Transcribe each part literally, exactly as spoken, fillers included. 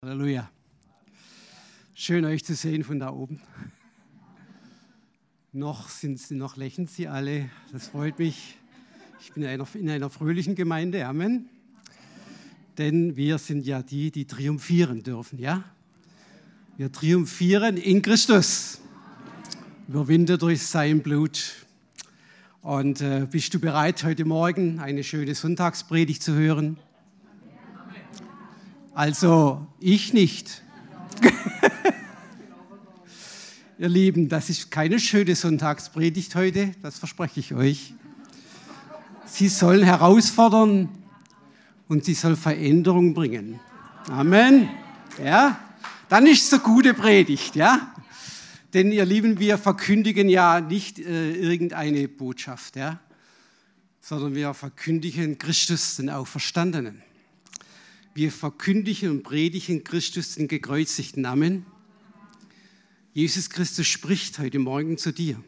Halleluja. Schön, euch zu sehen von da oben. Noch sind sie, noch lächeln sie alle. Das freut mich. Ich bin in einer, in einer fröhlichen Gemeinde. Amen. Denn wir sind ja die, die triumphieren dürfen. Ja? Wir triumphieren in Christus. Überwinde durch sein Blut. Und äh, bist du bereit, heute Morgen eine schöne Sonntagspredigt zu hören? Also, ich nicht. Ihr Lieben, das ist keine schöne Sonntagspredigt heute, das verspreche ich euch. Sie soll herausfordern und sie soll Veränderung bringen. Amen. Ja, dann ist es eine gute Predigt, ja. Denn ihr Lieben, wir verkündigen ja nicht äh, irgendeine Botschaft, ja, sondern wir verkündigen Christus, den Auferstandenen. Wir verkündigen und predigen Christus, den Gekreuzigten. Amen. Jesus Christus spricht heute Morgen zu dir.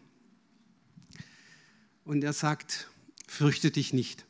Und er sagt, fürchte dich nicht.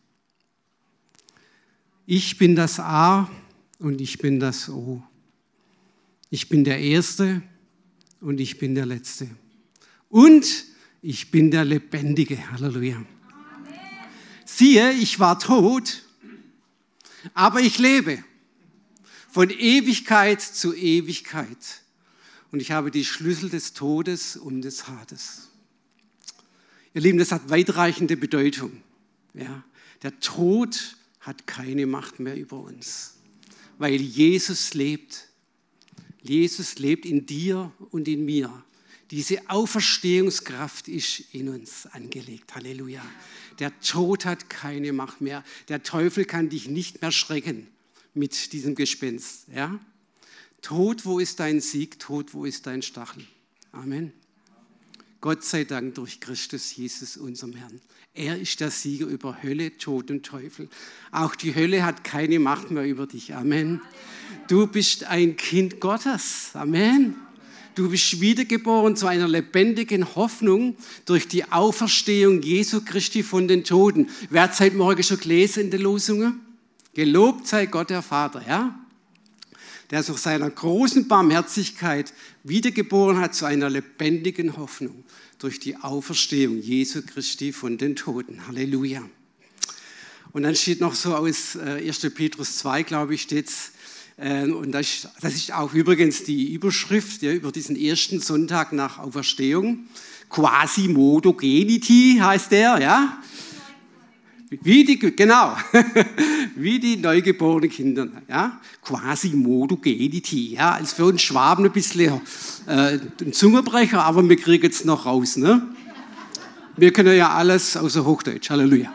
Ich bin das A und ich bin das O. Ich bin der Erste und ich bin der Letzte. Und ich bin der Lebendige. Halleluja. Amen. Siehe, ich war tot, aber ich lebe von Ewigkeit zu Ewigkeit. Und ich habe die Schlüssel des Todes und des Hades. Ihr Lieben, das hat weitreichende Bedeutung. Ja, der Tod hat keine Macht mehr über uns, weil Jesus lebt. Jesus lebt in dir und in mir. Diese Auferstehungskraft ist in uns angelegt. Halleluja. Der Tod hat keine Macht mehr. Der Teufel kann dich nicht mehr schrecken mit diesem Gespenst. Ja? Tod, wo ist dein Sieg? Tod, wo ist dein Stachel? Amen. Gott sei Dank durch Christus Jesus, unserem Herrn. Er ist der Sieger über Hölle, Tod und Teufel. Auch die Hölle hat keine Macht mehr über dich. Amen. Du bist ein Kind Gottes. Amen. Du bist wiedergeboren zu einer lebendigen Hoffnung durch die Auferstehung Jesu Christi von den Toten. Wer hat heute Morgen schon gelesen in den Losungen? Gelobt sei Gott, der Vater, ja? Der durch seiner großen Barmherzigkeit wiedergeboren hat zu einer lebendigen Hoffnung durch die Auferstehung Jesu Christi von den Toten. Halleluja. Und dann steht noch so aus erster Petrus zwei, glaube ich, steht's, und das ist auch übrigens die Überschrift ja, über diesen ersten Sonntag nach Auferstehung. Quasi-Modo-Geniti heißt der, ja. Wie die, genau, wie die neugeborenen Kinder, ja, Quasi-Modo-Geniti, ja, als für uns Schwaben ein bisschen äh, ein Zungenbrecher, aber wir kriegen es noch raus, ne? Wir können ja alles außer Hochdeutsch, Halleluja.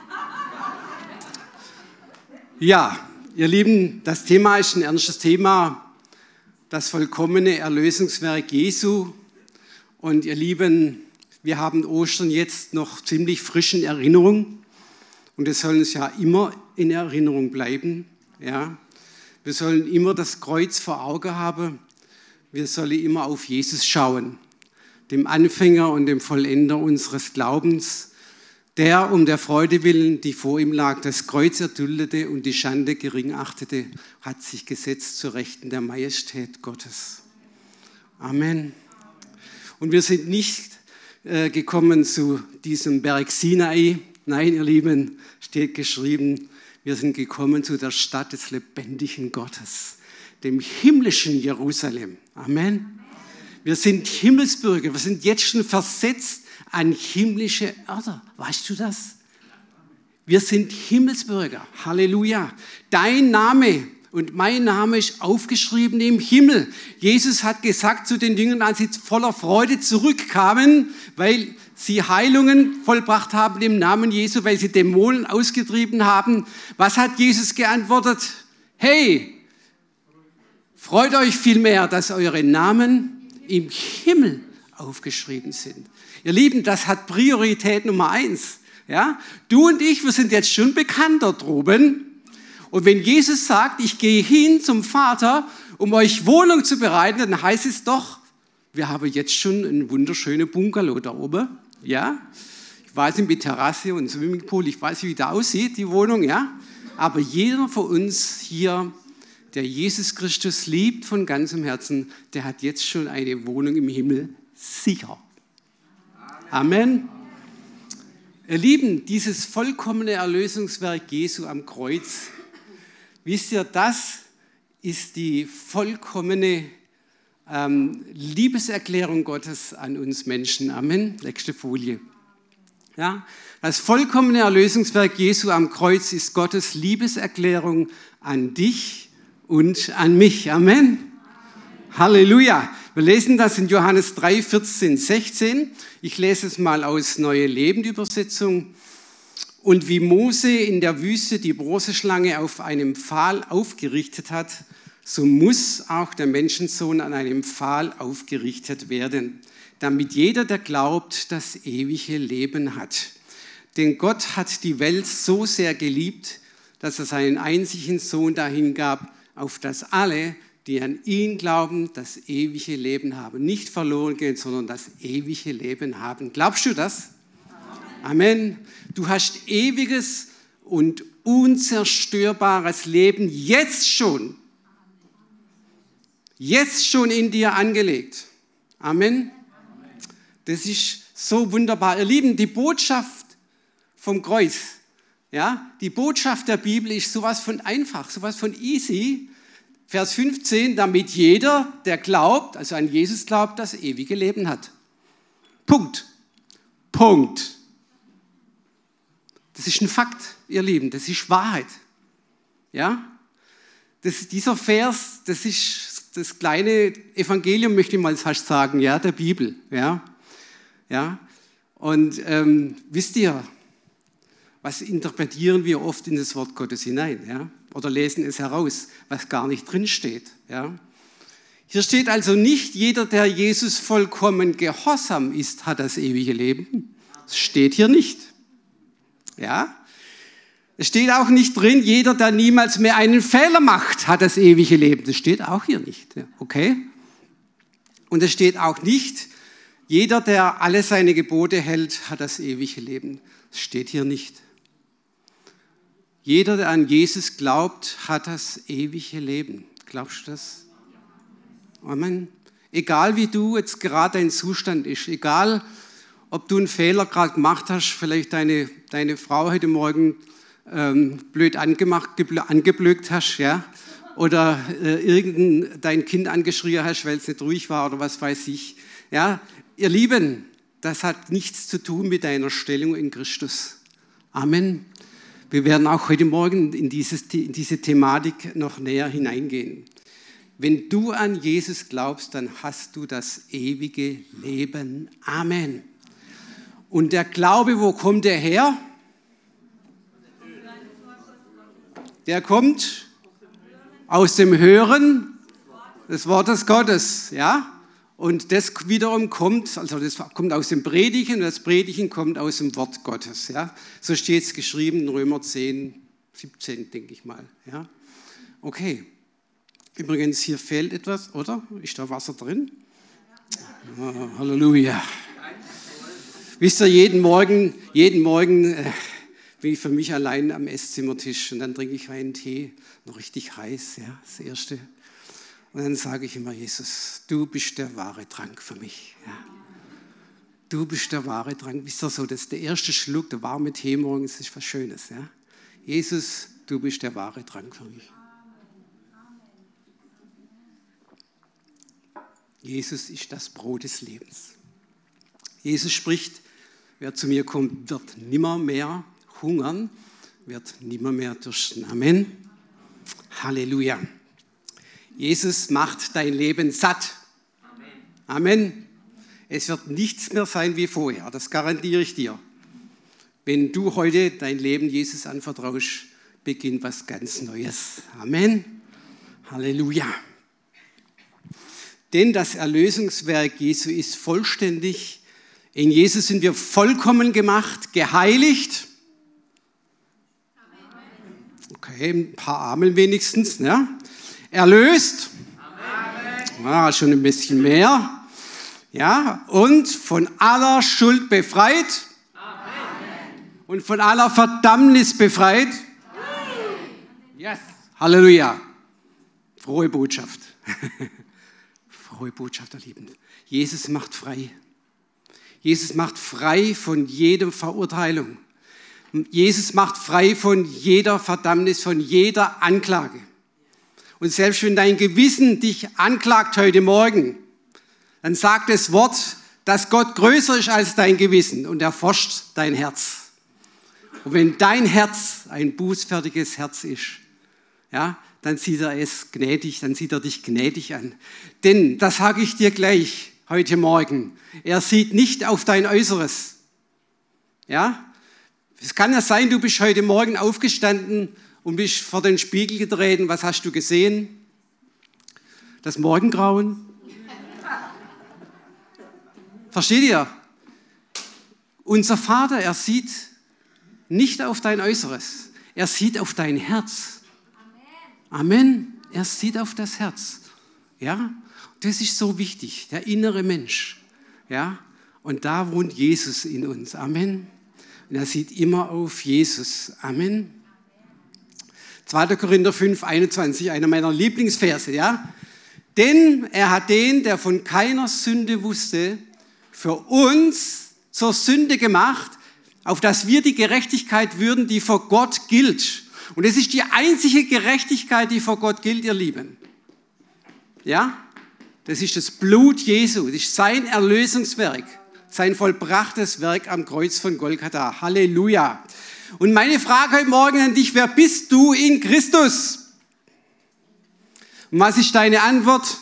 Ja, ihr Lieben, das Thema ist ein ernstes Thema, das vollkommene Erlösungswerk Jesu. Und ihr Lieben, wir haben Ostern jetzt noch ziemlich frisch in Erinnerung. Und es soll uns ja immer in Erinnerung bleiben. Ja. Wir sollen immer das Kreuz vor Augen haben. Wir sollen immer auf Jesus schauen, dem Anfänger und dem Vollender unseres Glaubens, der um der Freude willen, die vor ihm lag, das Kreuz erduldete und die Schande gering achtete, hat sich gesetzt zur Rechten der Majestät Gottes. Amen. Und wir sind nicht äh, gekommen zu diesem Berg Sinai. Nein, ihr Lieben, steht geschrieben, wir sind gekommen zu der Stadt des lebendigen Gottes, dem himmlischen Jerusalem. Amen. Wir sind Himmelsbürger, wir sind jetzt schon versetzt an himmlische Orte. Weißt du das? Wir sind Himmelsbürger. Halleluja. Dein Name und mein Name ist aufgeschrieben im Himmel. Jesus hat gesagt zu den Jüngern, als sie voller Freude zurückkamen, weil sie Heilungen vollbracht haben im Namen Jesu, weil sie Dämonen ausgetrieben haben. Was hat Jesus geantwortet? Hey, freut euch vielmehr, dass eure Namen im Himmel aufgeschrieben sind. Ihr Lieben, das hat Priorität Nummer eins. Ja? Du und ich, wir sind jetzt schon bekannt dort droben. Und wenn Jesus sagt, ich gehe hin zum Vater, um euch Wohnung zu bereiten, dann heißt es doch, wir haben jetzt schon einen wunderschönen Bungalow da oben. Ja? Ich weiß nicht, mit Terrasse und Swimmingpool, ich weiß nicht, wie der aussieht, die Wohnung. Ja? Aber jeder von uns hier, der Jesus Christus liebt von ganzem Herzen, der hat jetzt schon eine Wohnung im Himmel sicher. Amen. Ihr Lieben, dieses vollkommene Erlösungswerk Jesu am Kreuz, wisst ihr, das ist die vollkommene ähm, Liebeserklärung Gottes an uns Menschen. Amen. Nächste Folie. Ja, das vollkommene Erlösungswerk Jesu am Kreuz ist Gottes Liebeserklärung an dich und an mich. Amen. Amen. Halleluja. Wir lesen das in Johannes drei, vierzehn, sechzehn. Ich lese es mal aus Neue Lebend-Übersetzung. Und wie Mose in der Wüste die Bronzeschlange auf einem Pfahl aufgerichtet hat, so muss auch der Menschensohn an einem Pfahl aufgerichtet werden, damit jeder, der glaubt, das ewige Leben hat. Denn Gott hat die Welt so sehr geliebt, dass er seinen einzigen Sohn dahingab, auf das alle, die an ihn glauben, das ewige Leben haben. Nicht verloren gehen, sondern das ewige Leben haben. Glaubst du das? Amen. Du hast ewiges und unzerstörbares Leben jetzt schon. Jetzt schon in dir angelegt. Amen. Das ist so wunderbar. Ihr Lieben, die Botschaft vom Kreuz, ja, die Botschaft der Bibel ist sowas von einfach, sowas von easy. Vers fünfzehn, damit jeder, der glaubt, also an Jesus glaubt, das ewige Leben hat. Punkt. Punkt. Das ist ein Fakt, ihr Lieben, das ist Wahrheit. Ja? Das, dieser Vers, das ist das kleine Evangelium, möchte ich mal fast sagen, ja, der Bibel. Ja? Ja? Und ähm, wisst ihr, was interpretieren wir oft in das Wort Gottes hinein? Ja? Oder lesen es heraus, was gar nicht drinsteht. Ja? Hier steht also nicht, jeder, der Jesus vollkommen gehorsam ist, hat das ewige Leben. Das steht hier nicht. Ja? Es steht auch nicht drin, jeder, der niemals mehr einen Fehler macht, hat das ewige Leben. Das steht auch hier nicht. Ja? Okay? Und es steht auch nicht, jeder, der alle seine Gebote hält, hat das ewige Leben. Das steht hier nicht. Jeder, der an Jesus glaubt, hat das ewige Leben. Glaubst du das? Amen. Egal wie du jetzt gerade dein Zustand ist, egal ob du einen Fehler gerade gemacht hast, vielleicht deine, deine Frau heute Morgen ähm, blöd angemacht, angeblökt hast, ja, oder äh, irgendein dein Kind angeschrien hast, weil es nicht ruhig war oder was weiß ich. Ja, ihr Lieben, das hat nichts zu tun mit deiner Stellung in Christus. Amen. Wir werden auch heute Morgen in, dieses, in diese Thematik noch näher hineingehen. Wenn du an Jesus glaubst, dann hast du das ewige Leben. Amen. Und der Glaube, wo kommt der her? Der kommt aus dem Hören des Wortes Gottes, ja? Und das wiederum kommt, also das kommt aus dem Predigen und das Predigen kommt aus dem Wort Gottes. Ja? So steht es geschrieben in Römer zehn, siebzehn, denke ich mal. Ja? Okay. Übrigens, hier fehlt etwas, oder? Ist da Wasser drin? Oh, Halleluja. Wisst ihr, jeden Morgen, jeden Morgen äh, bin ich für mich allein am Esszimmertisch und dann trinke ich einen Tee, noch richtig heiß, ja, das Erste. Und dann sage ich immer, Jesus, du bist der wahre Trank für mich. Ja. Du bist der wahre Trank. Wisst ihr so, das ist der erste Schluck, der warme Tee morgens, ist was Schönes. Ja. Jesus, du bist der wahre Trank für mich. Jesus ist das Brot des Lebens. Jesus spricht, wer zu mir kommt, wird nimmer mehr hungern, wird nimmer mehr dürsten. Amen. Halleluja. Jesus macht dein Leben satt. Amen. Amen. Es wird nichts mehr sein wie vorher, das garantiere ich dir. Wenn du heute dein Leben Jesus anvertraust, beginnt was ganz Neues. Amen. Halleluja. Denn das Erlösungswerk Jesu ist vollständig. In Jesus sind wir vollkommen gemacht, geheiligt. Okay, ein paar Amen wenigstens. Ja. Erlöst. Amen. Ah, schon ein bisschen mehr. Ja, und von aller Schuld befreit. Amen. Und von aller Verdammnis befreit. Amen. Yes. Halleluja. Frohe Botschaft. Frohe Botschaft, ihr Lieben. Jesus macht frei. Jesus macht frei von jeder Verurteilung. Jesus macht frei von jeder Verdammnis, von jeder Anklage. Und selbst wenn dein Gewissen dich anklagt heute Morgen, dann sagt das Wort, dass Gott größer ist als dein Gewissen und erforscht dein Herz. Und wenn dein Herz ein bußfertiges Herz ist, ja, dann sieht er es gnädig, dann sieht er dich gnädig an. Denn, das sage ich dir gleich heute Morgen, er sieht nicht auf dein Äußeres. Ja? Es kann ja sein, du bist heute Morgen aufgestanden und bist vor den Spiegel getreten. Was hast du gesehen? Das Morgengrauen? Versteht ihr? Unser Vater, er sieht nicht auf dein Äußeres. Er sieht auf dein Herz. Amen. Er sieht auf das Herz. Ja? Das ist so wichtig, der innere Mensch. Ja? Und da wohnt Jesus in uns. Amen. Und er sieht immer auf Jesus. Amen. zweiter Korinther fünf, einundzwanzig, einer meiner Lieblingsverse. Ja? Denn er hat den, der von keiner Sünde wusste, für uns zur Sünde gemacht, auf dass wir die Gerechtigkeit würden, die vor Gott gilt. Und es ist die einzige Gerechtigkeit, die vor Gott gilt, ihr Lieben. Ja? Das ist das Blut Jesu, das ist sein Erlösungswerk, sein vollbrachtes Werk am Kreuz von Golgatha. Halleluja. Und meine Frage heute Morgen an dich, wer bist du in Christus? Und was ist deine Antwort?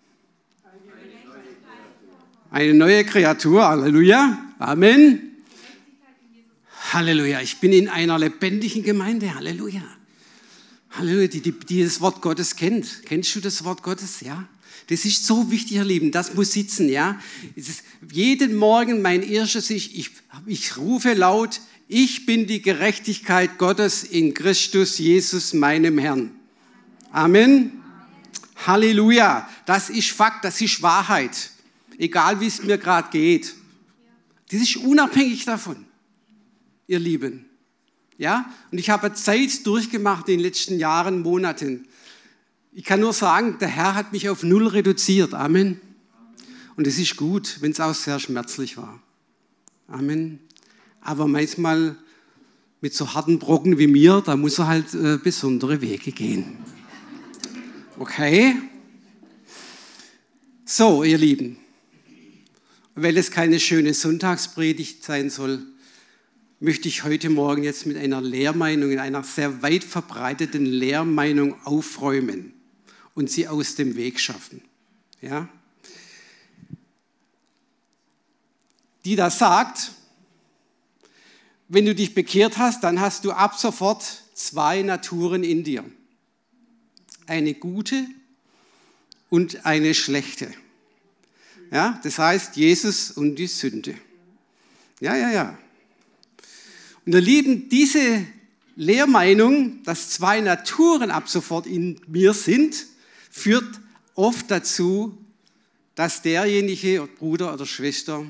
Eine neue Kreatur. Halleluja. Amen. Halleluja. Ich bin in einer lebendigen Gemeinde. Halleluja. Halleluja, die, die, die das Wort Gottes kennt. Kennst du das Wort Gottes? Ja. Das ist so wichtig, ihr Lieben. Das muss sitzen, ja. Es ist jeden Morgen mein erstes Ich, ich, ich rufe laut, ich bin die Gerechtigkeit Gottes in Christus Jesus, meinem Herrn. Amen. Halleluja. Das ist Fakt, das ist Wahrheit. Egal, wie es mir gerade geht. Das ist unabhängig davon, ihr Lieben. Ja? Und ich habe Zeit durchgemacht in den letzten Jahren, Monaten. Ich kann nur sagen, der Herr hat mich auf null reduziert. Amen. Und es ist gut, wenn es auch sehr schmerzlich war. Amen. Aber manchmal mit so harten Brocken wie mir, da muss er halt äh, besondere Wege gehen. Okay? So, ihr Lieben. Weil es keine schöne Sonntagspredigt sein soll, möchte ich heute Morgen jetzt mit einer Lehrmeinung, in einer sehr weit verbreiteten Lehrmeinung aufräumen und sie aus dem Weg schaffen. Ja? Die da sagt, wenn du dich bekehrt hast, dann hast du ab sofort zwei Naturen in dir. Eine gute und eine schlechte. Ja, das heißt Jesus und die Sünde. Ja, ja, ja. Und ihr Lieben, diese Lehrmeinung, dass zwei Naturen ab sofort in mir sind, führt oft dazu, dass derjenige Bruder oder Schwester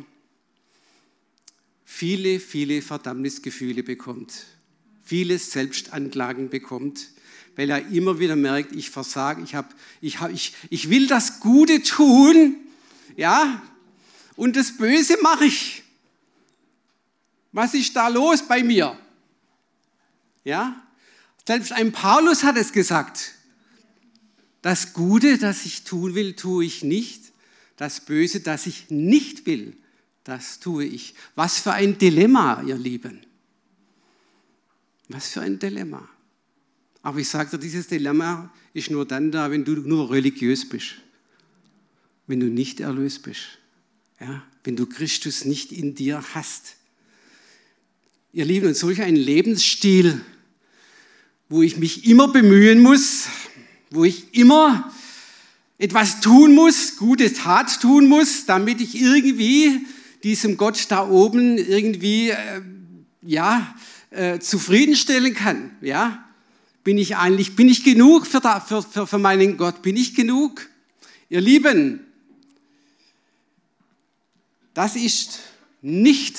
viele, viele Verdammnisgefühle bekommt, viele Selbstanklagen bekommt, weil er immer wieder merkt, ich versage, ich, hab, ich, hab, ich, ich will das Gute tun, ja, und das Böse mache ich. Was ist da los bei mir? Ja, selbst ein Paulus hat es gesagt. Das Gute, das ich tun will, tue ich nicht. Das Böse, das ich nicht will, das tue ich. Was für ein Dilemma, ihr Lieben. Was für ein Dilemma. Aber ich sage dir, dieses Dilemma ist nur dann da, wenn du nur religiös bist. Wenn du nicht erlöst bist. Ja? Wenn du Christus nicht in dir hast. Ihr Lieben, und solch ein Lebensstil, wo ich mich immer bemühen muss, wo ich immer etwas tun muss, gute Tat tun muss, damit ich irgendwie diesem Gott da oben irgendwie äh, ja, äh, zufriedenstellen kann. Ja? Bin ich eigentlich, bin ich genug für, für, für, für meinen Gott? Bin ich genug? Ihr Lieben, das ist nicht,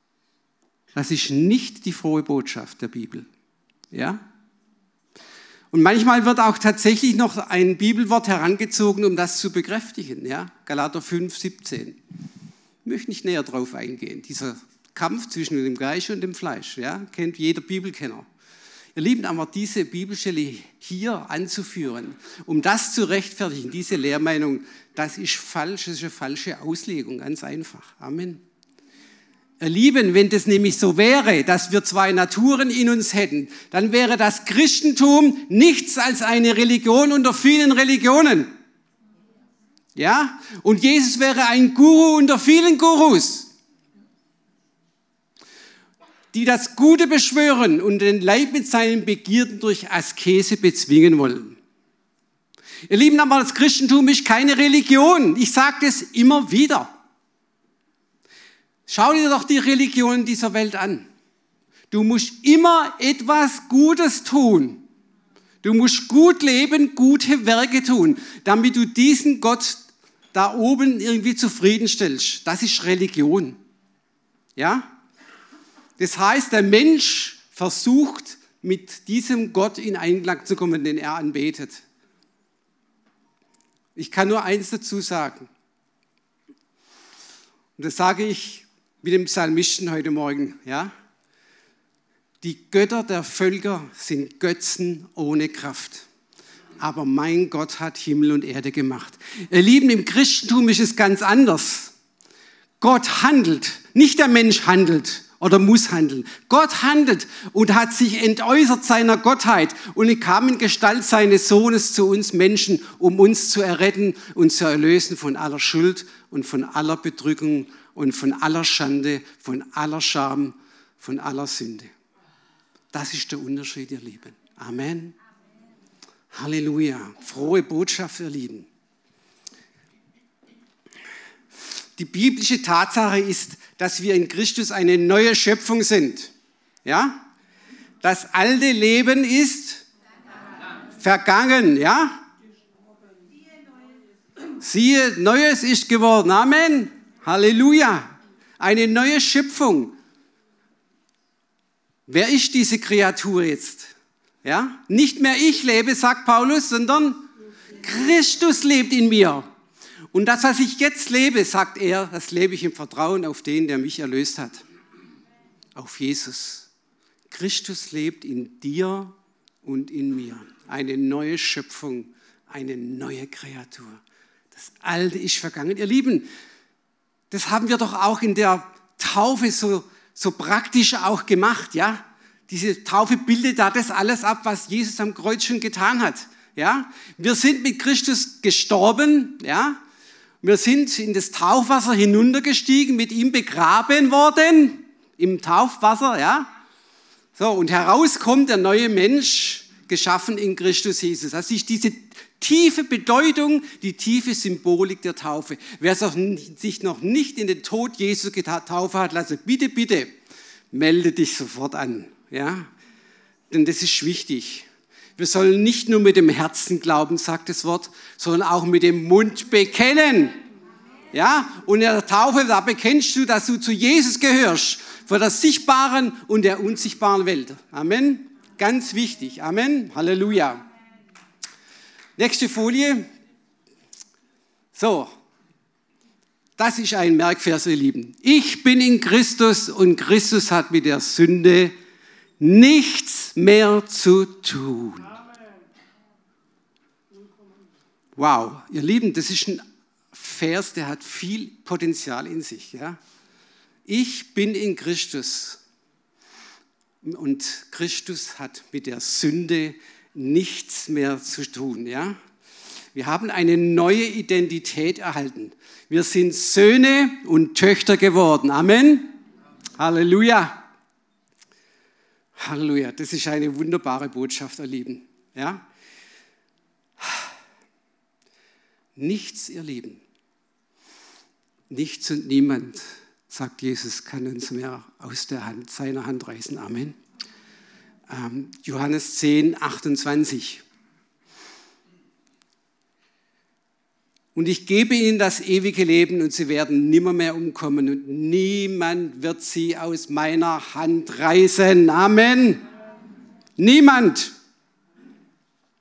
das ist nicht die frohe Botschaft der Bibel. Ja? Und manchmal wird auch tatsächlich noch ein Bibelwort herangezogen, um das zu bekräftigen. Ja? Galater fünf, siebzehn. Ich möchte nicht näher drauf eingehen. Dieser Kampf zwischen dem Geist und dem Fleisch, ja? Kennt jeder Bibelkenner. Ihr Lieben, aber diese Bibelstelle hier anzuführen, um das zu rechtfertigen, diese Lehrmeinung, das ist falsch, das ist eine falsche Auslegung, ganz einfach. Amen. Ihr Lieben, wenn das nämlich so wäre, dass wir zwei Naturen in uns hätten, dann wäre das Christentum nichts als eine Religion unter vielen Religionen. Ja? Und Jesus wäre ein Guru unter vielen Gurus, die das Gute beschwören und den Leib mit seinen Begierden durch Askese bezwingen wollen. Ihr Lieben, aber das Christentum ist keine Religion. Ich sage das immer wieder. Schau dir doch die Religionen dieser Welt an. Du musst immer etwas Gutes tun. Du musst gut leben, gute Werke tun, damit du diesen Gott da oben irgendwie zufriedenstellst. Das ist Religion. Ja? Das heißt, der Mensch versucht, mit diesem Gott in Einklang zu kommen, den er anbetet. Ich kann nur eins dazu sagen. Und das sage ich mit dem Psalmisten heute Morgen. Ja? Die Götter der Völker sind Götzen ohne Kraft. Aber mein Gott hat Himmel und Erde gemacht. Ihr Lieben, im Christentum ist es ganz anders. Gott handelt, nicht der Mensch handelt oder muss handeln. Gott handelt und hat sich entäußert seiner Gottheit und er kam in Gestalt seines Sohnes zu uns Menschen, um uns zu erretten und zu erlösen von aller Schuld und von aller Bedrückung und von aller Schande, von aller Scham, von aller Sünde. Das ist der Unterschied, ihr Lieben. Amen. Halleluja. Frohe Botschaft, ihr Lieben. Die biblische Tatsache ist, dass wir in Christus eine neue Schöpfung sind. Ja? Das alte Leben ist vergangen. Ja? Siehe, Neues ist geworden. Amen. Halleluja. Eine neue Schöpfung. Wer ist diese Kreatur jetzt? Ja? Nicht mehr ich lebe, sagt Paulus, sondern Christus lebt in mir. Und das, was ich jetzt lebe, sagt er, das lebe ich im Vertrauen auf den, der mich erlöst hat. Auf Jesus. Christus lebt in dir und in mir. Eine neue Schöpfung, eine neue Kreatur. Das Alte ist vergangen. Ihr Lieben, das haben wir doch auch in der Taufe so, so praktisch auch gemacht. Ja? Diese Taufe bildet da das alles ab, was Jesus am Kreuz schon getan hat. Ja? Wir sind mit Christus gestorben, ja? Wir sind in das Taufwasser hinuntergestiegen, mit ihm begraben worden, im Taufwasser, ja. So, und heraus kommt der neue Mensch, geschaffen in Christus Jesus. Das ist diese tiefe Bedeutung, die tiefe Symbolik der Taufe. Wer sich noch nicht in den Tod Jesu getauft hat lassen, bitte, bitte, melde dich sofort an, ja. Denn das ist wichtig. Wir sollen nicht nur mit dem Herzen glauben, sagt das Wort, sondern auch mit dem Mund bekennen. Ja? Und in der Taufe, da bekennst du, dass du zu Jesus gehörst, von der sichtbaren und der unsichtbaren Welt. Amen. Ganz wichtig. Amen. Halleluja. Nächste Folie. So. Das ist ein Merkvers, ihr Lieben. Ich bin in Christus und Christus hat mit der Sünde nichts mehr zu tun. Wow, ihr Lieben, das ist ein Vers, der hat viel Potenzial in sich. Ja? Ich bin in Christus und Christus hat mit der Sünde nichts mehr zu tun. Ja? Wir haben eine neue Identität erhalten. Wir sind Söhne und Töchter geworden. Amen. Halleluja. Halleluja, das ist eine wunderbare Botschaft, ihr Lieben. Ja? Nichts, ihr Lieben, nichts und niemand, sagt Jesus, kann uns mehr aus der Hand, seiner Hand reißen. Amen. Ähm, Johannes zehn, achtundzwanzig. Und ich gebe ihnen das ewige Leben und sie werden nimmermehr umkommen und niemand wird sie aus meiner Hand reißen. Amen. Niemand.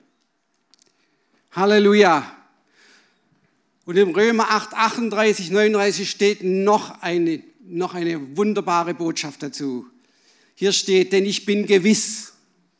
Halleluja. Und im Römer acht, achtunddreißig, neununddreißig steht noch eine, noch eine wunderbare Botschaft dazu. Hier steht, denn ich bin gewiss.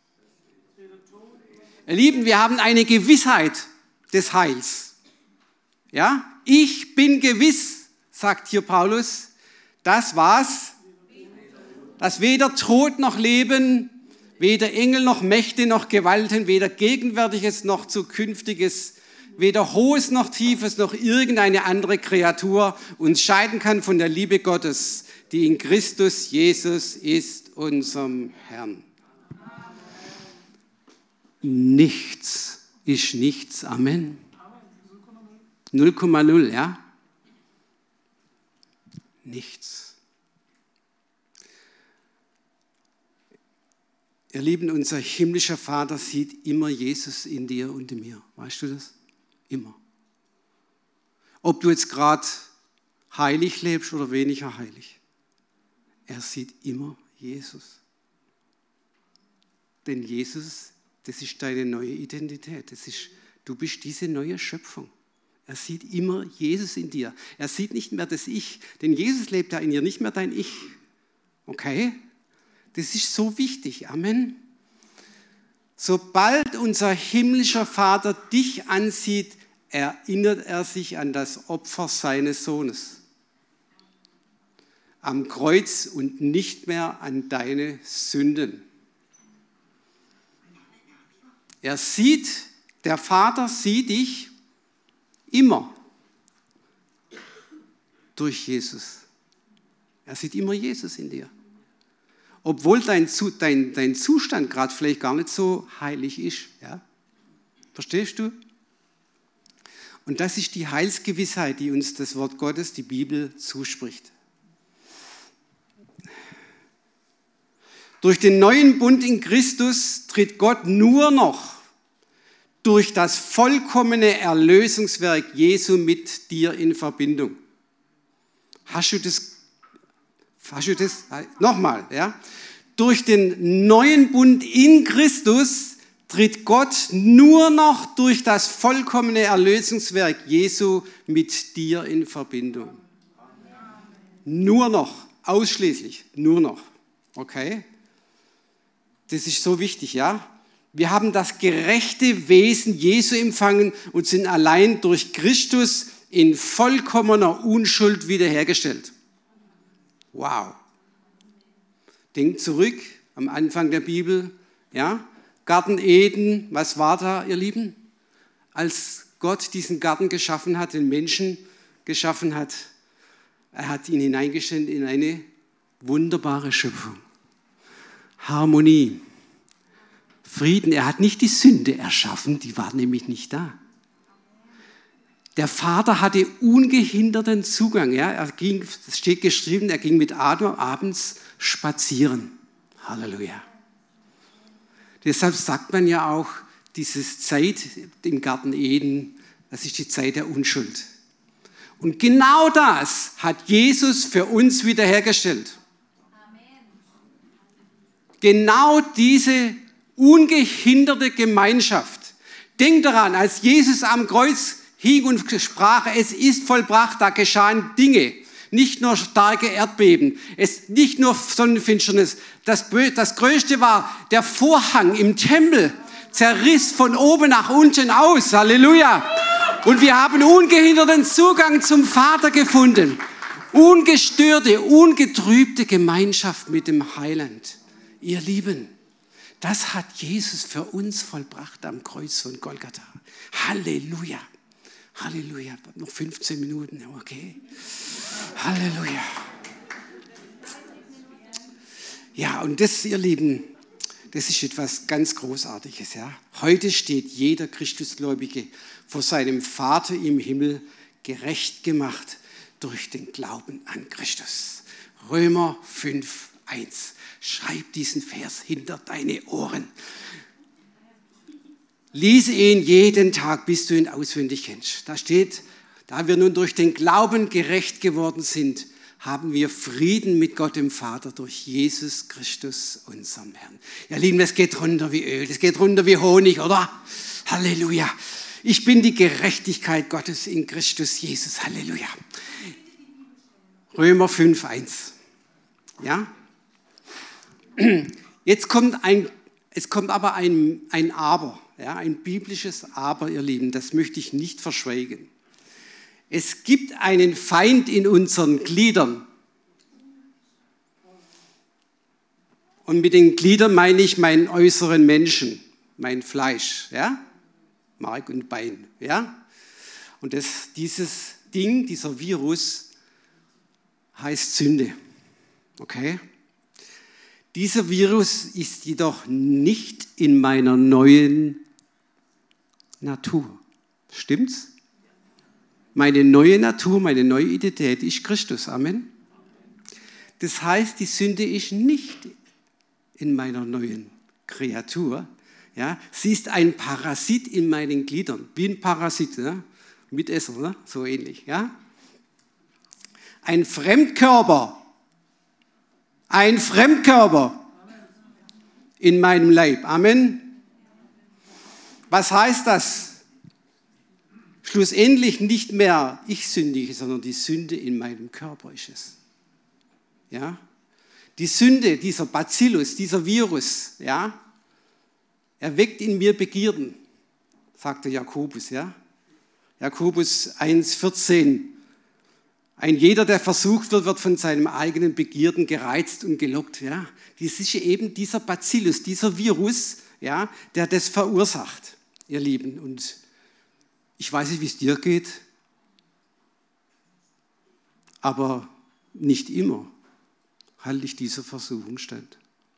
Ihr Lieben, wir haben eine Gewissheit des Heils. Ja? Ich bin gewiss, sagt hier Paulus, das was, dass weder Tod noch Leben, weder Engel noch Mächte noch Gewalten, weder Gegenwärtiges noch Zukünftiges, weder Hohes noch Tiefes noch irgendeine andere Kreatur uns scheiden kann von der Liebe Gottes, die in Christus Jesus ist, unserem Herrn. Nichts ist nichts. Amen. null Komma null, ja? Nichts. Ihr Lieben, unser himmlischer Vater sieht immer Jesus in dir und in mir. Weißt du das? Immer. Ob du jetzt gerade heilig lebst oder weniger heilig. Er sieht immer Jesus. Denn Jesus, das ist deine neue Identität. Das ist, du bist diese neue Schöpfung. Er sieht immer Jesus in dir. Er sieht nicht mehr das Ich, denn Jesus lebt ja in dir, nicht mehr dein Ich. Okay? Das ist so wichtig. Amen. Sobald unser himmlischer Vater dich ansieht, erinnert er sich an das Opfer seines Sohnes am Kreuz und nicht mehr an deine Sünden. Er sieht, der Vater sieht dich immer durch Jesus. Er sieht immer Jesus in dir. Obwohl dein, dein, dein Zustand gerade vielleicht gar nicht so heilig ist. Ja? Verstehst du? Und das ist die Heilsgewissheit, die uns das Wort Gottes, die Bibel, zuspricht. Durch den neuen Bund in Christus tritt Gott nur noch durch das vollkommene Erlösungswerk Jesu mit dir in Verbindung. Hast du das? Hast du das? Nochmal, ja? Durch den neuen Bund in Christus tritt Gott nur noch durch das vollkommene Erlösungswerk Jesu mit dir in Verbindung. Nur noch, ausschließlich, nur noch. Okay? Das ist so wichtig, ja? Wir haben das gerechte Wesen Jesu empfangen und sind allein durch Christus in vollkommener Unschuld wiederhergestellt. Wow. Denkt zurück am Anfang der Bibel, ja? Garten Eden, was war da, ihr Lieben? Als Gott diesen Garten geschaffen hat, den Menschen geschaffen hat, er hat ihn hineingestellt in eine wunderbare Schöpfung. Harmonie, Frieden. Er hat nicht die Sünde erschaffen, die war nämlich nicht da. Der Vater hatte ungehinderten Zugang. Ja? Er ging, es steht geschrieben, er ging mit Adam abends spazieren. Halleluja. Deshalb sagt man ja auch, diese Zeit im Garten Eden, das ist die Zeit der Unschuld. Und genau das hat Jesus für uns wiederhergestellt. Genau diese ungehinderte Gemeinschaft. Denk daran, als Jesus am Kreuz hing und sprach, es ist vollbracht, da geschahen Dinge. Nicht nur starke Erdbeben, es, nicht nur Sonnenfinsternis. Das, das Größte war, der Vorhang im Tempel zerriss von oben nach unten aus. Halleluja. Und wir haben ungehinderten Zugang zum Vater gefunden. Ungestörte, ungetrübte Gemeinschaft mit dem Heiland. Ihr Lieben, das hat Jesus für uns vollbracht am Kreuz von Golgatha. Halleluja. Halleluja. Noch fünfzehn Minuten, okay. Halleluja. Ja, und das, ihr Lieben, das ist etwas ganz Großartiges. Ja? Heute steht jeder Christusgläubige vor seinem Vater im Himmel gerecht gemacht durch den Glauben an Christus. Römer fünf, eins. Schreib diesen Vers hinter deine Ohren. Lies ihn jeden Tag, bis du ihn auswendig kennst. Da steht, da wir nun durch den Glauben gerecht geworden sind, haben wir Frieden mit Gott dem Vater durch Jesus Christus, unserem Herrn. Ihr Lieben, das geht runter wie Öl, das geht runter wie Honig, oder? Halleluja. Ich bin die Gerechtigkeit Gottes in Christus Jesus. Halleluja. Römer fünf, eins. Ja? Jetzt kommt ein, es kommt aber ein, ein Aber, ja, ein biblisches Aber, ihr Lieben, das möchte ich nicht verschweigen. Es gibt einen Feind in unseren Gliedern. Und mit den Gliedern meine ich meinen äußeren Menschen, mein Fleisch, ja? Mark und Bein. Ja? Und das, dieses Ding, dieser Virus, heißt Sünde. Okay? Dieser Virus ist jedoch nicht in meiner neuen Natur. Stimmt's? Meine neue Natur, meine neue Identität ist Christus. Amen. Das heißt, die Sünde ist nicht in meiner neuen Kreatur. Ja? Sie ist ein Parasit in meinen Gliedern. Wie ein Parasit, ja? Mitesser, ne? So ähnlich. Ja? Ein Fremdkörper. Ein Fremdkörper in meinem Leib. Amen. Was heißt das? Schlussendlich nicht mehr ich sündige, sondern die Sünde in meinem Körper ist es. Ja? Die Sünde, dieser Bacillus, dieser Virus, ja, er weckt in mir Begierden, sagte Jakobus. Ja? Jakobus eins, vierzehn. Ein jeder, der versucht wird, wird von seinem eigenen Begierden gereizt und gelockt. Ja? Das ist eben dieser Bacillus, dieser Virus, ja, der das verursacht, ihr Lieben. Und ich weiß nicht, wie es dir geht, aber nicht immer halte ich dieser Versuchung stand.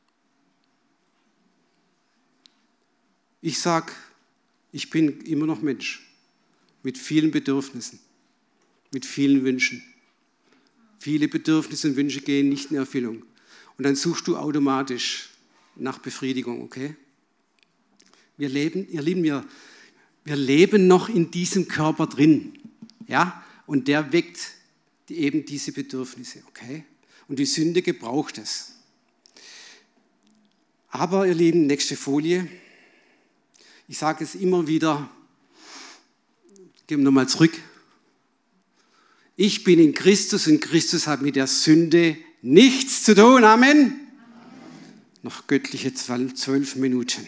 Ich sage, ich bin immer noch Mensch mit vielen Bedürfnissen, mit vielen Wünschen. Viele Bedürfnisse und Wünsche gehen nicht in Erfüllung. Und dann suchst du automatisch nach Befriedigung, okay? Wir leben, ihr Lieben, wir, wir leben noch in diesem Körper drin, ja? Und der weckt die, eben diese Bedürfnisse, okay? Und die Sünde gebraucht es. Aber, ihr Lieben, nächste Folie. Ich sage es immer wieder, gehen wir nochmal zurück. Ich bin in Christus und Christus hat mit der Sünde nichts zu tun. Amen. Amen. Noch göttliche zwölf Minuten.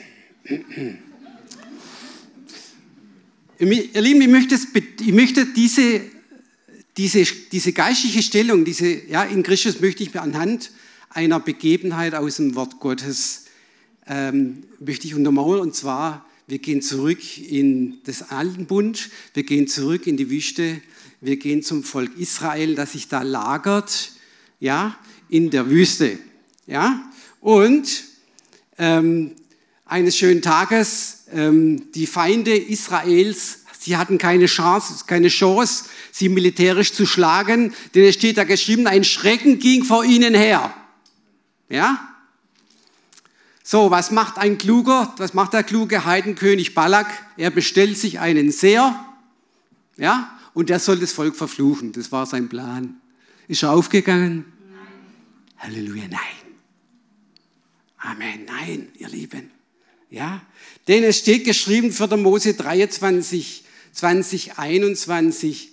Ihr Lieben, ich möchte, ich möchte diese, diese, diese geistliche Stellung, diese, ja, in Christus möchte ich mir anhand einer Begebenheit aus dem Wort Gottes ähm, möchte ich untermauern. Und zwar, wir gehen zurück in das Alten Bund, wir gehen zurück in die Wüste, wir gehen zum Volk Israel, das sich da lagert, ja, in der Wüste. Ja? Und ähm, eines schönen Tages, ähm, die Feinde Israels, sie hatten keine Chance, keine Chance, sie militärisch zu schlagen, denn es steht da geschrieben, ein Schrecken ging vor ihnen her. Ja? So, was macht ein kluger, was macht der kluge Heidenkönig Balak? Er bestellt sich einen Seher, ja, und der soll das Volk verfluchen. Das war sein Plan. Ist er aufgegangen? Nein. Halleluja, nein. Amen, nein, ihr Lieben. Ja, denn es steht geschrieben für der Mose dreiundzwanzig, zwanzig, einundzwanzig.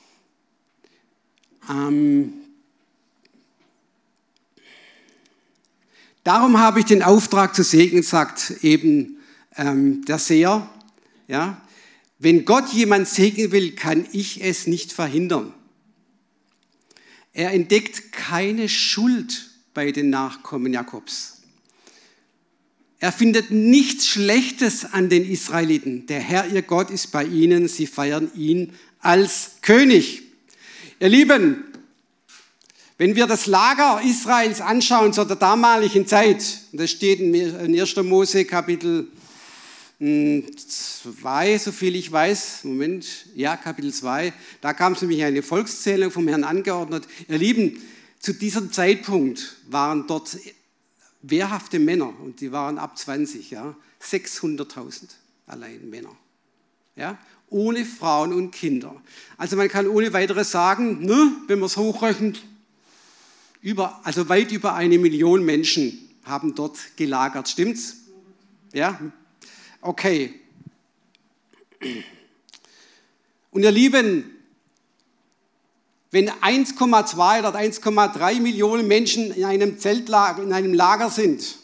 Ähm, Darum habe ich den Auftrag zu segnen, sagt eben ähm, der Seher. Ja? Wenn Gott jemand segnen will, kann ich es nicht verhindern. Er entdeckt keine Schuld bei den Nachkommen Jakobs. Er findet nichts Schlechtes an den Israeliten. Der Herr, ihr Gott, ist bei ihnen. Sie feiern ihn als König. Ihr Lieben, wenn wir das Lager Israels anschauen zu der damaligen Zeit, das steht in erster Mose Kapitel zwei, so viel ich weiß, Moment, ja, Kapitel zwei, da kam es nämlich eine Volkszählung vom Herrn angeordnet. Ihr Lieben, zu diesem Zeitpunkt waren dort wehrhafte Männer, und die waren ab zwanzig, ja, sechshunderttausend allein Männer, ja, ohne Frauen und Kinder. Also man kann ohne weiteres sagen, ne, wenn man es hochrechnet, Über, also weit über eine Million Menschen haben dort gelagert, stimmt's? Ja? Okay. Und ihr Lieben, wenn eins Komma zwei oder eins Komma drei Millionen Menschen in einem Zeltlager, in einem Lager sind,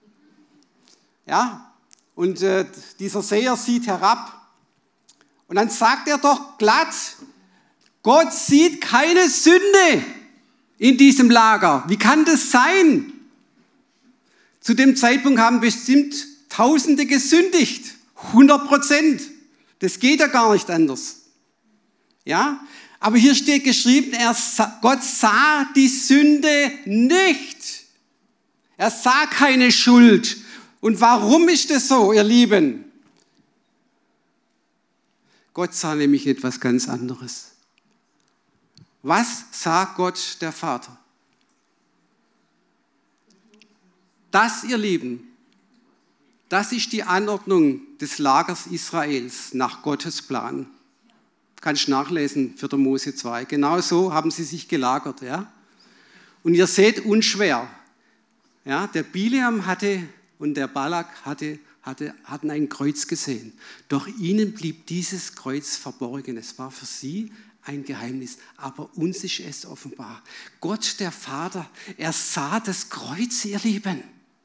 ja, und äh, dieser Seher sieht herab und dann sagt er doch glatt, Gott sieht keine Sünde in diesem Lager. Wie kann das sein? Zu dem Zeitpunkt haben bestimmt Tausende gesündigt. hundert Prozent. Das geht ja gar nicht anders. Ja? Aber hier steht geschrieben, er, Gott sah die Sünde nicht. Er sah keine Schuld. Und warum ist das so, ihr Lieben? Gott sah nämlich etwas ganz anderes. Was sah Gott, der Vater? Das, ihr Lieben, das ist die Anordnung des Lagers Israels nach Gottes Plan. Kannst nachlesen, vierter Mose zwei. Genau so haben sie sich gelagert. Ja? Und ihr seht unschwer, ja, der Bileam hatte und der Balak hatte, hatte, hatten ein Kreuz gesehen. Doch ihnen blieb dieses Kreuz verborgen. Es war für sie ein Geheimnis, aber uns ist es offenbar. Gott, der Vater, er sah das Kreuz, ihr Lieben.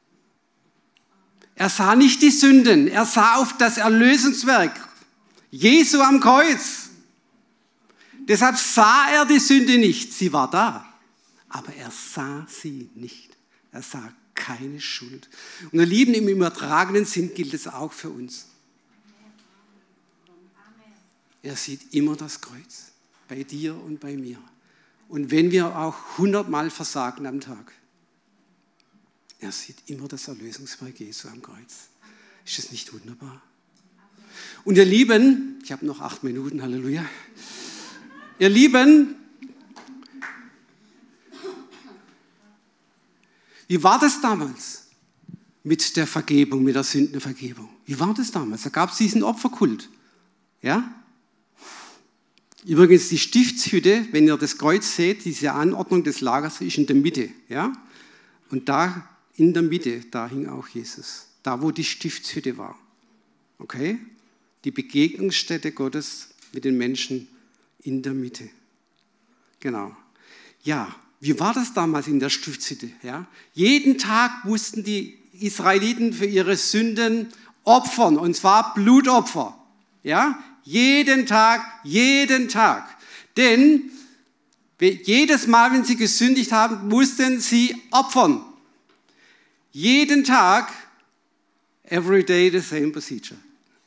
Er sah nicht die Sünden, er sah auf das Erlösungswerk Jesu am Kreuz. Deshalb sah er die Sünde nicht. Sie war da, aber er sah sie nicht. Er sah keine Schuld. Und ihr Lieben, im übertragenen Sinn gilt es auch für uns. Er sieht immer das Kreuz. Bei dir und bei mir. Und wenn wir auch hundertmal versagen am Tag, er sieht immer das Erlösungswerk Jesu am Kreuz. Ist das nicht wunderbar? Und ihr Lieben, ich habe noch acht Minuten, Halleluja. Ihr Lieben, wie war das damals mit der Vergebung, mit der Sündenvergebung? Wie war das damals? Da gab es diesen Opferkult. Ja? Übrigens, die Stiftshütte, wenn ihr das Kreuz seht, diese Anordnung des Lagers ist in der Mitte. Ja? Und da in der Mitte, da hing auch Jesus. Da, wo die Stiftshütte war. Okay? Die Begegnungsstätte Gottes mit den Menschen in der Mitte. Genau. Ja, wie war das damals in der Stiftshütte? Ja? Jeden Tag mussten die Israeliten für ihre Sünden opfern, und zwar Blutopfer. Ja? Jeden Tag, jeden Tag. Denn jedes Mal, wenn sie gesündigt haben, mussten sie opfern. Jeden Tag, every day the same procedure.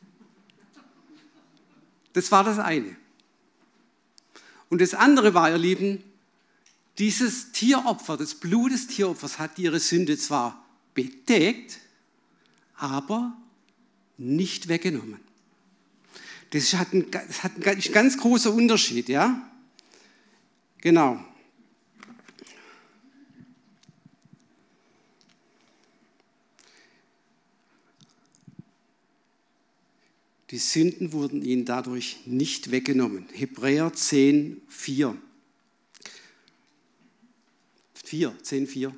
Das war das eine. Und das andere war, ihr Lieben, dieses Tieropfer, das Blut des Tieropfers hat ihre Sünde zwar bedeckt, aber nicht weggenommen. Das hat ein, das hat ein ganz großer Unterschied, ja? Genau. Die Sünden wurden ihnen dadurch nicht weggenommen. Hebräer zehn, vier. vier, zehn, vier.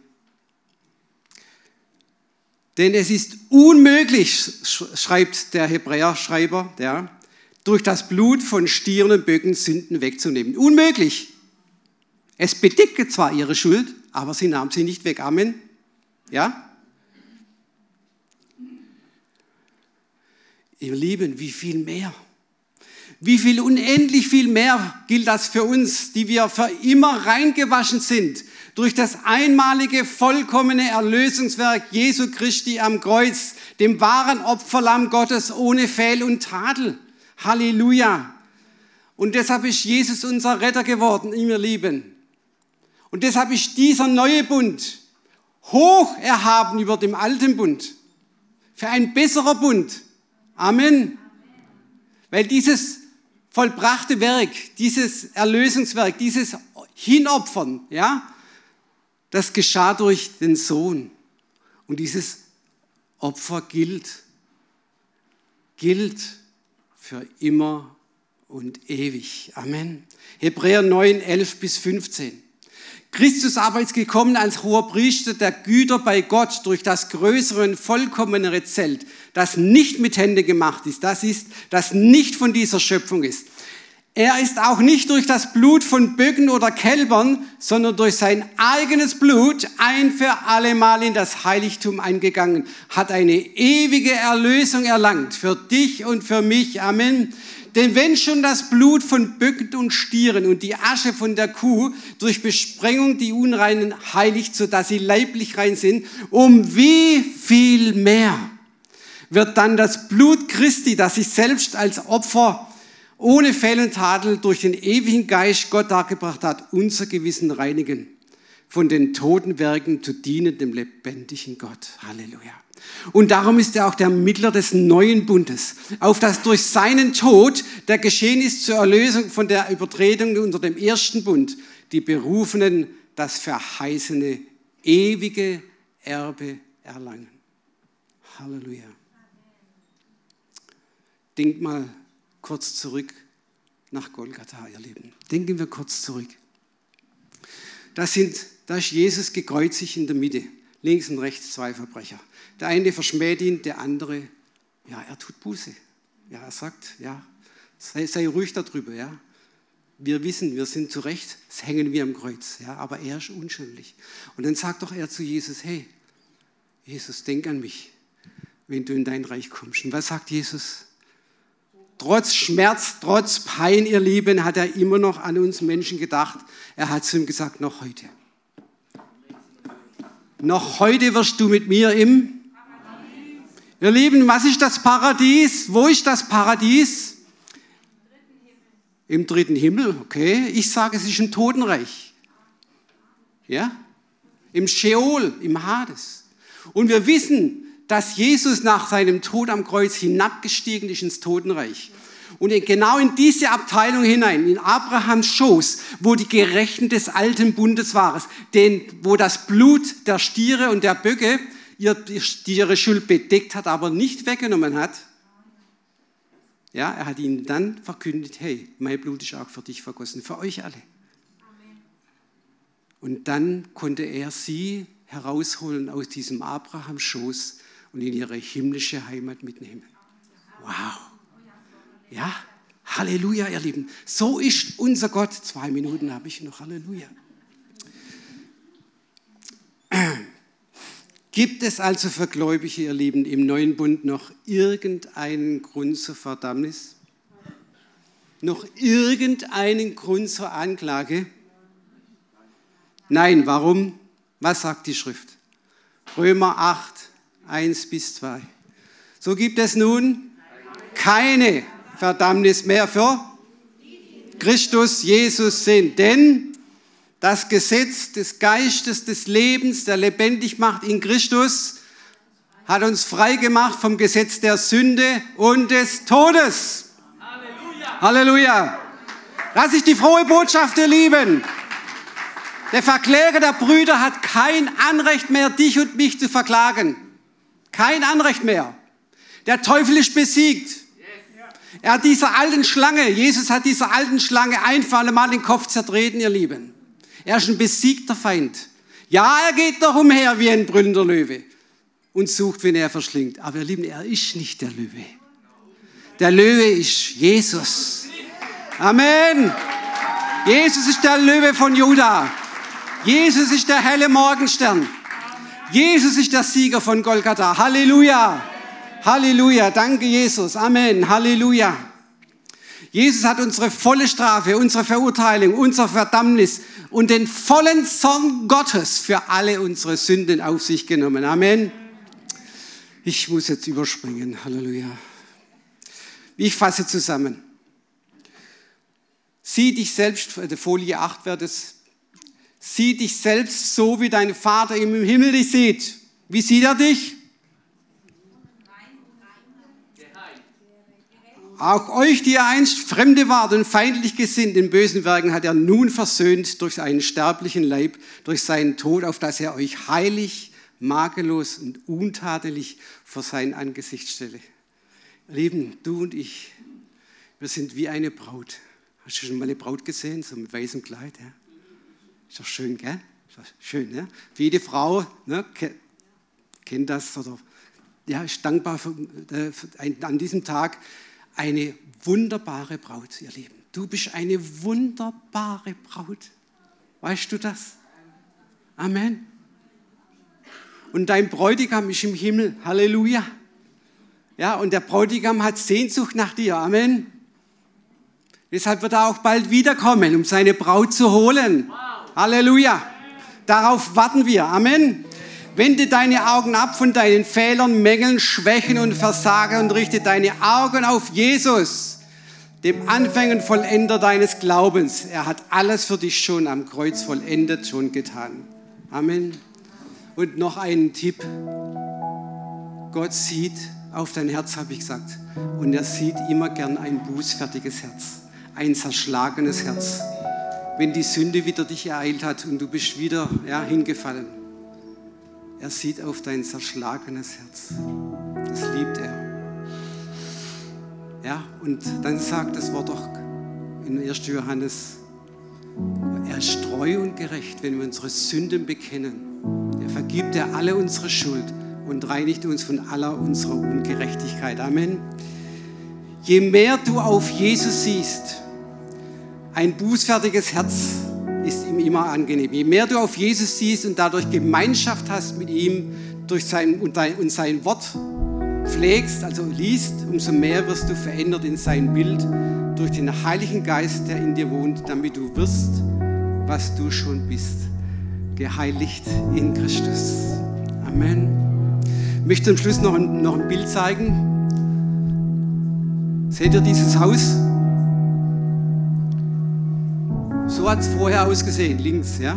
Denn es ist unmöglich, schreibt der Hebräer-Schreiber, ja, durch das Blut von Stieren und Böcken Sünden wegzunehmen. Unmöglich. Es bedeckte zwar ihre Schuld, aber sie nahm sie nicht weg. Amen. Ja? Ihr Lieben, wie viel mehr? Wie viel, unendlich viel mehr gilt das für uns, die wir für immer reingewaschen sind durch das einmalige, vollkommene Erlösungswerk Jesu Christi am Kreuz, dem wahren Opferlamm Gottes ohne Fehl und Tadel. Halleluja. Und deshalb ist Jesus unser Retter geworden, ihr Lieben. Und deshalb ist dieser neue Bund hoch erhaben über dem alten Bund. Für ein besserer Bund. Amen. Weil dieses vollbrachte Werk, dieses Erlösungswerk, dieses Hinopfern, ja, das geschah durch den Sohn. Und dieses Opfer gilt, gilt für immer und ewig. Amen. Hebräer neun, elf bis fünfzehn. Christus aber ist gekommen als hoher Priester der Güter bei Gott durch das größere und vollkommenere Zelt, das nicht mit Händen gemacht ist, das ist, das nicht von dieser Schöpfung ist. Er ist auch nicht durch das Blut von Böcken oder Kälbern, sondern durch sein eigenes Blut ein für allemal in das Heiligtum eingegangen, hat eine ewige Erlösung erlangt, für dich und für mich. Amen. Denn wenn schon das Blut von Böcken und Stieren und die Asche von der Kuh durch Besprengung die Unreinen heiligt, sodass sie leiblich rein sind, um wie viel mehr wird dann das Blut Christi, das sich selbst als Opfer ohne Fehl und Tadel durch den ewigen Geist Gott dargebracht hat, unser Gewissen reinigen, von den toten Werken zu dienen dem lebendigen Gott. Halleluja. Und darum ist er auch der Mittler des neuen Bundes, auf das durch seinen Tod, der geschehen ist zur Erlösung von der Übertretung unter dem ersten Bund, die Berufenen das verheißene ewige Erbe erlangen. Halleluja. Denkt mal kurz zurück nach Golgatha, ihr Lieben. Denken wir kurz zurück. Da, sind, da ist Jesus gekreuzigt in der Mitte. Links und rechts zwei Verbrecher. Der eine verschmäht ihn, der andere, ja, er tut Buße. Ja, er sagt, ja, sei, sei ruhig darüber, ja. Wir wissen, wir sind zu Recht, es hängen wir am Kreuz, ja, aber er ist unschuldig. Und dann sagt doch er zu Jesus, hey, Jesus, denk an mich, wenn du in dein Reich kommst. Und was sagt Jesus? Trotz Schmerz, trotz Pein, ihr Lieben, hat er immer noch an uns Menschen gedacht. Er hat zu ihm gesagt, noch heute. Noch heute wirst du mit mir im... Ihr Lieben, was ist das Paradies? Wo ist das Paradies? Im dritten Himmel, okay. Ich sage, es ist im Totenreich. Ja? Im Scheol, im Hades. Und wir wissen, dass Jesus nach seinem Tod am Kreuz hinabgestiegen ist ins Totenreich. Und genau in diese Abteilung hinein, in Abrahams Schoß, wo die Gerechten des alten Bundes waren, den, wo das Blut der Stiere und der Böcke ihre Schuld bedeckt hat, aber nicht weggenommen hat. Ja, er hat ihnen dann verkündet, hey, mein Blut ist auch für dich vergossen, für euch alle. Und dann konnte er sie herausholen aus diesem Abrahams Schoß und in ihre himmlische Heimat mitnehmen. Wow. Ja, Halleluja, ihr Lieben. So ist unser Gott. Zwei Minuten habe ich noch. Halleluja. Gibt es also für Gläubige, ihr Lieben, im neuen Bund noch irgendeinen Grund zur Verdammnis? Noch irgendeinen Grund zur Anklage? Nein, warum? Was sagt die Schrift? Römer acht, eins bis zwei. So gibt es nun keine Verdammnis mehr für Christus Jesus sind. Denn das Gesetz des Geistes, des Lebens, der lebendig macht in Christus, hat uns frei gemacht vom Gesetz der Sünde und des Todes. Halleluja! Halleluja! Das ist die frohe Botschaft, ihr Lieben. Der Verkläger der Brüder hat kein Anrecht mehr, dich und mich zu verklagen. Kein Anrecht mehr. Der Teufel ist besiegt. Er hat dieser alten Schlange, Jesus hat dieser alten Schlange ein für alle Mal den Kopf zertreten, ihr Lieben. Er ist ein besiegter Feind. Ja, er geht noch umher wie ein brüllender Löwe und sucht, wen er verschlingt. Aber ihr Lieben, er ist nicht der Löwe. Der Löwe ist Jesus. Amen. Jesus ist der Löwe von Juda. Jesus ist der helle Morgenstern. Jesus ist der Sieger von Golgatha. Halleluja. Halleluja. Danke, Jesus. Amen. Halleluja. Jesus hat unsere volle Strafe, unsere Verurteilung, unsere Verdammnis und den vollen Zorn Gottes für alle unsere Sünden auf sich genommen. Amen. Ich muss jetzt überspringen. Halleluja. Ich fasse zusammen. Sieh dich selbst, Folie acht wäre das, sieh dich selbst so, wie dein Vater im Himmel dich sieht. Wie sieht er dich? Auch euch, die ihr einst Fremde wart und feindlich gesinnt in bösen Werken, hat er nun versöhnt durch seinen sterblichen Leib, durch seinen Tod, auf dass er euch heilig, makellos und untadelig vor sein Angesicht stelle. Lieben, du und ich, wir sind wie eine Braut. Hast du schon mal eine Braut gesehen, so mit weißem Kleid? Ja? Ist doch schön, gell? Ist doch schön, ja? Wie jede Frau, ne? Kennt das oder ja, ist dankbar für, äh, für, an diesem Tag. Eine wunderbare Braut, ihr Lieben. Du bist eine wunderbare Braut. Weißt du das? Amen. Und dein Bräutigam ist im Himmel. Halleluja. Ja, und der Bräutigam hat Sehnsucht nach dir. Amen. Deshalb wird er auch bald wiederkommen, um seine Braut zu holen. Halleluja. Darauf warten wir. Amen. Wende deine Augen ab von deinen Fehlern, Mängeln, Schwächen und Versagen und richte deine Augen auf Jesus, dem Anfänger und Vollender deines Glaubens. Er hat alles für dich schon am Kreuz vollendet, schon getan. Amen. Und noch einen Tipp. Gott sieht auf dein Herz, habe ich gesagt. Und er sieht immer gern ein bußfertiges Herz, ein zerschlagenes Herz. Wenn die Sünde wieder dich ereilt hat und du bist wieder ja, hingefallen. Er sieht auf dein zerschlagenes Herz. Das liebt er. Ja, und dann sagt das Wort doch in erster Johannes, er ist treu und gerecht, wenn wir unsere Sünden bekennen. Er vergibt er alle unsere Schuld und reinigt uns von aller unserer Ungerechtigkeit. Amen. Je mehr du auf Jesus siehst, ein bußfertiges Herz ist ihm immer angenehm. Je mehr du auf Jesus siehst und dadurch Gemeinschaft hast mit ihm durch sein, und, dein, und sein Wort pflegst, also liest, umso mehr wirst du verändert in sein Bild durch den Heiligen Geist, der in dir wohnt, damit du wirst, was du schon bist. Geheiligt in Christus. Amen. Ich möchte am Schluss noch ein, noch ein Bild zeigen. Seht ihr dieses Haus? So hat es vorher ausgesehen, links, ja.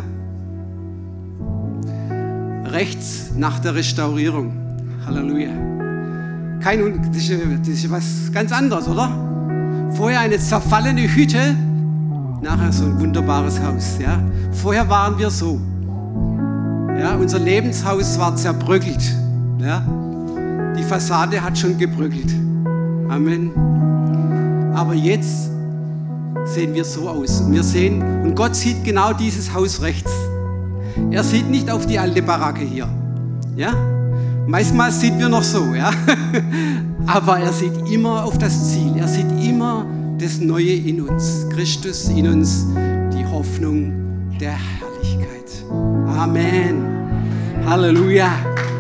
Rechts nach der Restaurierung. Halleluja. Kein, das, ist, das ist was ganz anderes, oder? Vorher eine zerfallene Hütte, nachher so ein wunderbares Haus, ja. Vorher waren wir so. Ja, unser Lebenshaus war zerbröckelt. Ja. Die Fassade hat schon gebröckelt. Amen. Aber jetzt sehen wir so aus. Und wir sehen, und Gott sieht genau dieses Haus rechts. Er sieht nicht auf die alte Baracke hier. Ja? Manchmal sieht wir noch so, ja? Aber er sieht immer auf das Ziel. Er sieht immer das Neue in uns. Christus in uns, die Hoffnung der Herrlichkeit. Amen. Halleluja.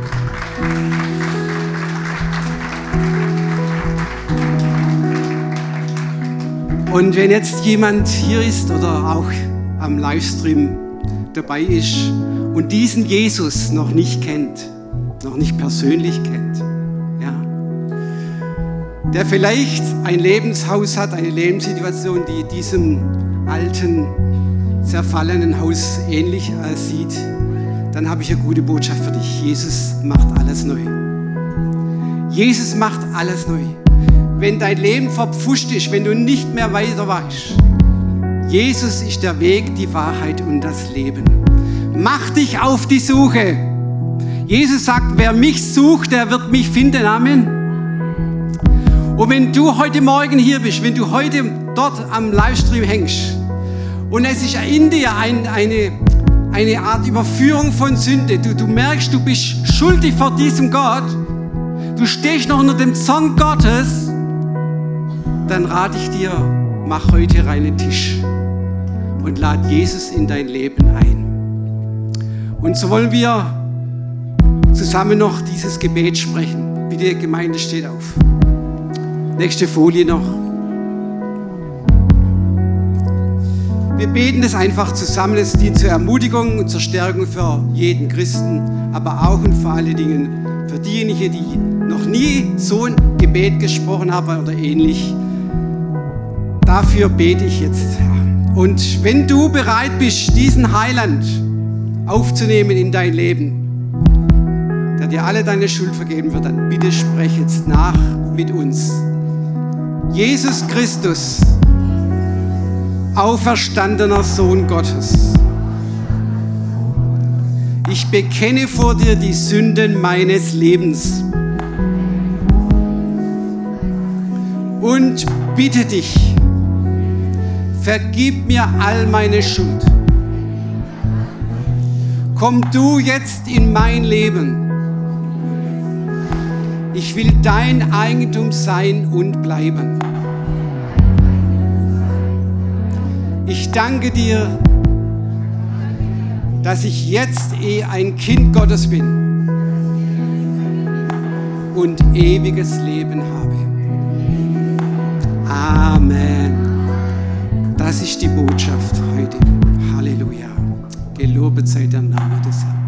Und wenn jetzt jemand hier ist oder auch am Livestream dabei ist und diesen Jesus noch nicht kennt, noch nicht persönlich kennt, ja, der vielleicht ein Lebenshaus hat, eine Lebenssituation, die diesem alten, zerfallenen Haus ähnlich sieht, dann habe ich eine gute Botschaft für dich. Jesus macht alles neu. Jesus macht alles neu. Wenn dein Leben verpfuscht ist, wenn du nicht mehr weiter weißt, Jesus ist der Weg, die Wahrheit und das Leben. Mach dich auf die Suche. Jesus sagt, wer mich sucht, der wird mich finden. Amen. Und wenn du heute Morgen hier bist, wenn du heute dort am Livestream hängst und es ist in dir ein, eine, eine Art Überführung von Sünde, du, du merkst, du bist schuldig vor diesem Gott, du stehst noch unter dem Zorn Gottes, dann rate ich dir, mach heute reinen Tisch und lad Jesus in dein Leben ein. Und so wollen wir zusammen noch dieses Gebet sprechen. Bitte, Gemeinde, steht auf. Nächste Folie noch. Wir beten das einfach zusammen. Es dient zur Ermutigung und zur Stärkung für jeden Christen, aber auch und vor allen Dingen für diejenigen, die noch nie so ein Gebet gesprochen haben oder ähnlich. Dafür bete ich jetzt, Herr. Und wenn du bereit bist, diesen Heiland aufzunehmen in dein Leben, der dir alle deine Schuld vergeben wird, dann bitte sprech jetzt nach mit uns. Jesus Christus, auferstandener Sohn Gottes, ich bekenne vor dir die Sünden meines Lebens und bitte dich, vergib mir all meine Schuld. Komm du jetzt in mein Leben. Ich will dein Eigentum sein und bleiben. danke dir, dass ich jetzt eh ein Kind Gottes bin und ewiges Leben habe. Amen. Das ist die Botschaft heute. Halleluja. Gelobet sei der Name des Herrn.